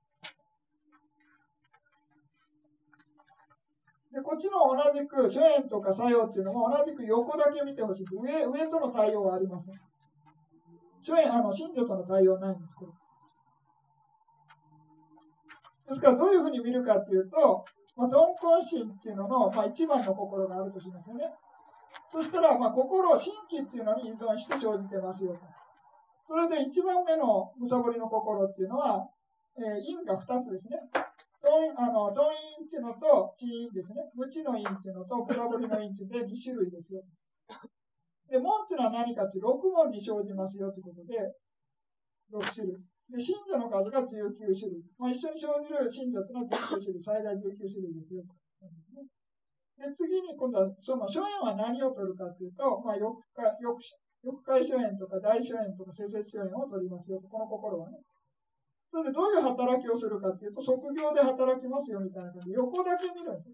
で、こっちの同じく諸縁とか作用っていうのも同じく横だけ見てほしい。上との対応はありません。諸縁、信条との対応はないんです。これですから、どういうふうに見るかっていうと、鈍根心っていうのの、一番の心があるとしますよね。そしたら、心、心機っていうのに依存して生じてますよと。それで一番目のむさぼりの心っていうのは、因が2つですね。貪因っていうのと知因ですね。無知の因っていうのとむさぼりの因っていうので2種類ですよ。で、門っていうのは何かっていうと6門に生じますよということで、6種類。で、信者の数が19種類。一緒に生じる信者というのは19種類、最大19種類ですよ。で、次に今度は、その諸縁は何を取るかというと、欲界諸縁とか大諸縁とか世節諸縁を取りますよと、この心はね。それでどういう働きをするかというと、職業で働きますよみたいな感じで、横だけ見るんですよ。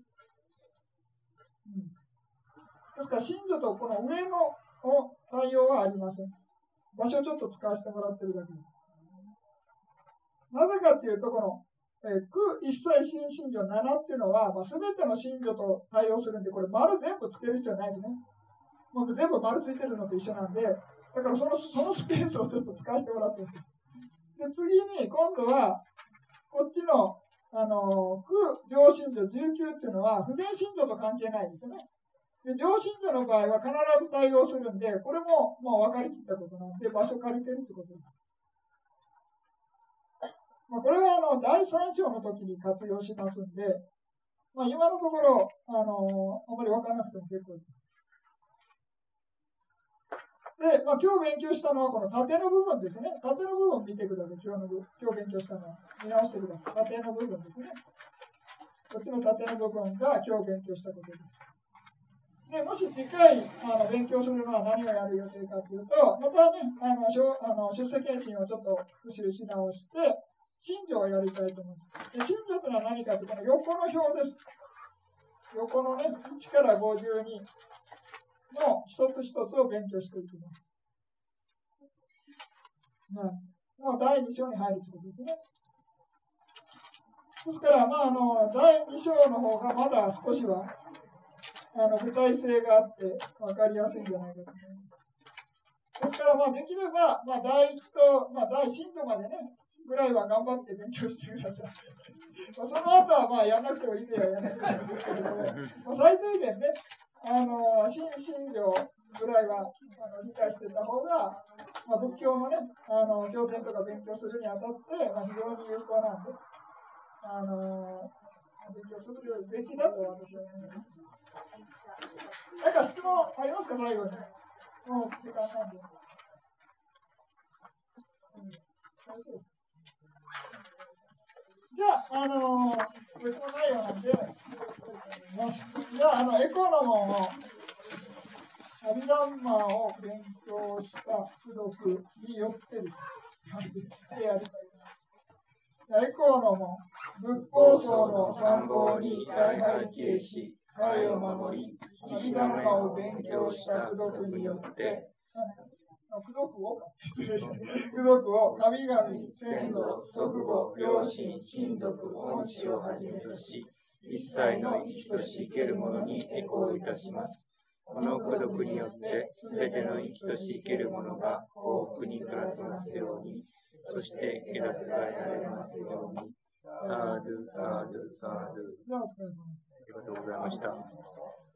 ですから、信者とこの上の対応はありません。場所をちょっと使わせてもらってるだけです。なぜかというと、この句一切新信条7っていうのは、全ての信条と対応するんで、これ丸全部つける必要ないですね。もう全部丸ついてるのと一緒なんで、だからそのスペースをちょっと使わせてもらってるんですよ。で、次に、今度は、こっちの、句上信条19っていうのは、不全信条と関係ないですよね。で、上信条の場合は必ず対応するんで、これももう分かりきったことなんで、場所借りてるってことです。これは第3章の時に活用しますんで、今のところ、あまり分からなくても結構です。で、今日勉強したのはこの縦の部分ですね。縦の部分見てください。今日勉強したのは。見直してください。縦の部分ですね。こっちの縦の部分が今日勉強したことです。で、もし次回勉強するのは何をやる予定かというと、またね、出世検診をちょっと復習し直して、信条をやりたいと思います。で、信条というのは何かというと、横の表です。横のね、1から52の一つ一つを勉強していきます。もう第2章に入るということですね。ですから、第2章の方がまだ少しは具体性があって分かりやすいんじゃないかと思います。ですから、できれば、第1と、第信条までね、ぐらいは頑張って勉強してください。その後はやらなくてもいいではやらなくてもいいんですけれども、最低限ね、信条ぐらいは理解していた方が、仏教のね、経典とか勉強するにあたって、非常に有効なんで、勉強するべきだと私は思います。何か質問ありますか、最後に。もう時間なんで。じゃあ、ご質問ないようなんで、じゃあ、エコノモンを、アビダンマーを勉強した付読によってですね、やりたいと思います。エコノモン、仏法僧の参考に大背景し、彼を守り、アビダンマを勉強した付読によって、功徳を神々、先祖、祖父母、両親、親族、恩師をはじめとし、一切の生きとし生けるものにエコーいたします。この功徳によって、すべての生きとし生けるものが幸福に暮らせますように、そして下脱が得られますように。サードゥ、サードゥ、サードゥ。ありがとうございました。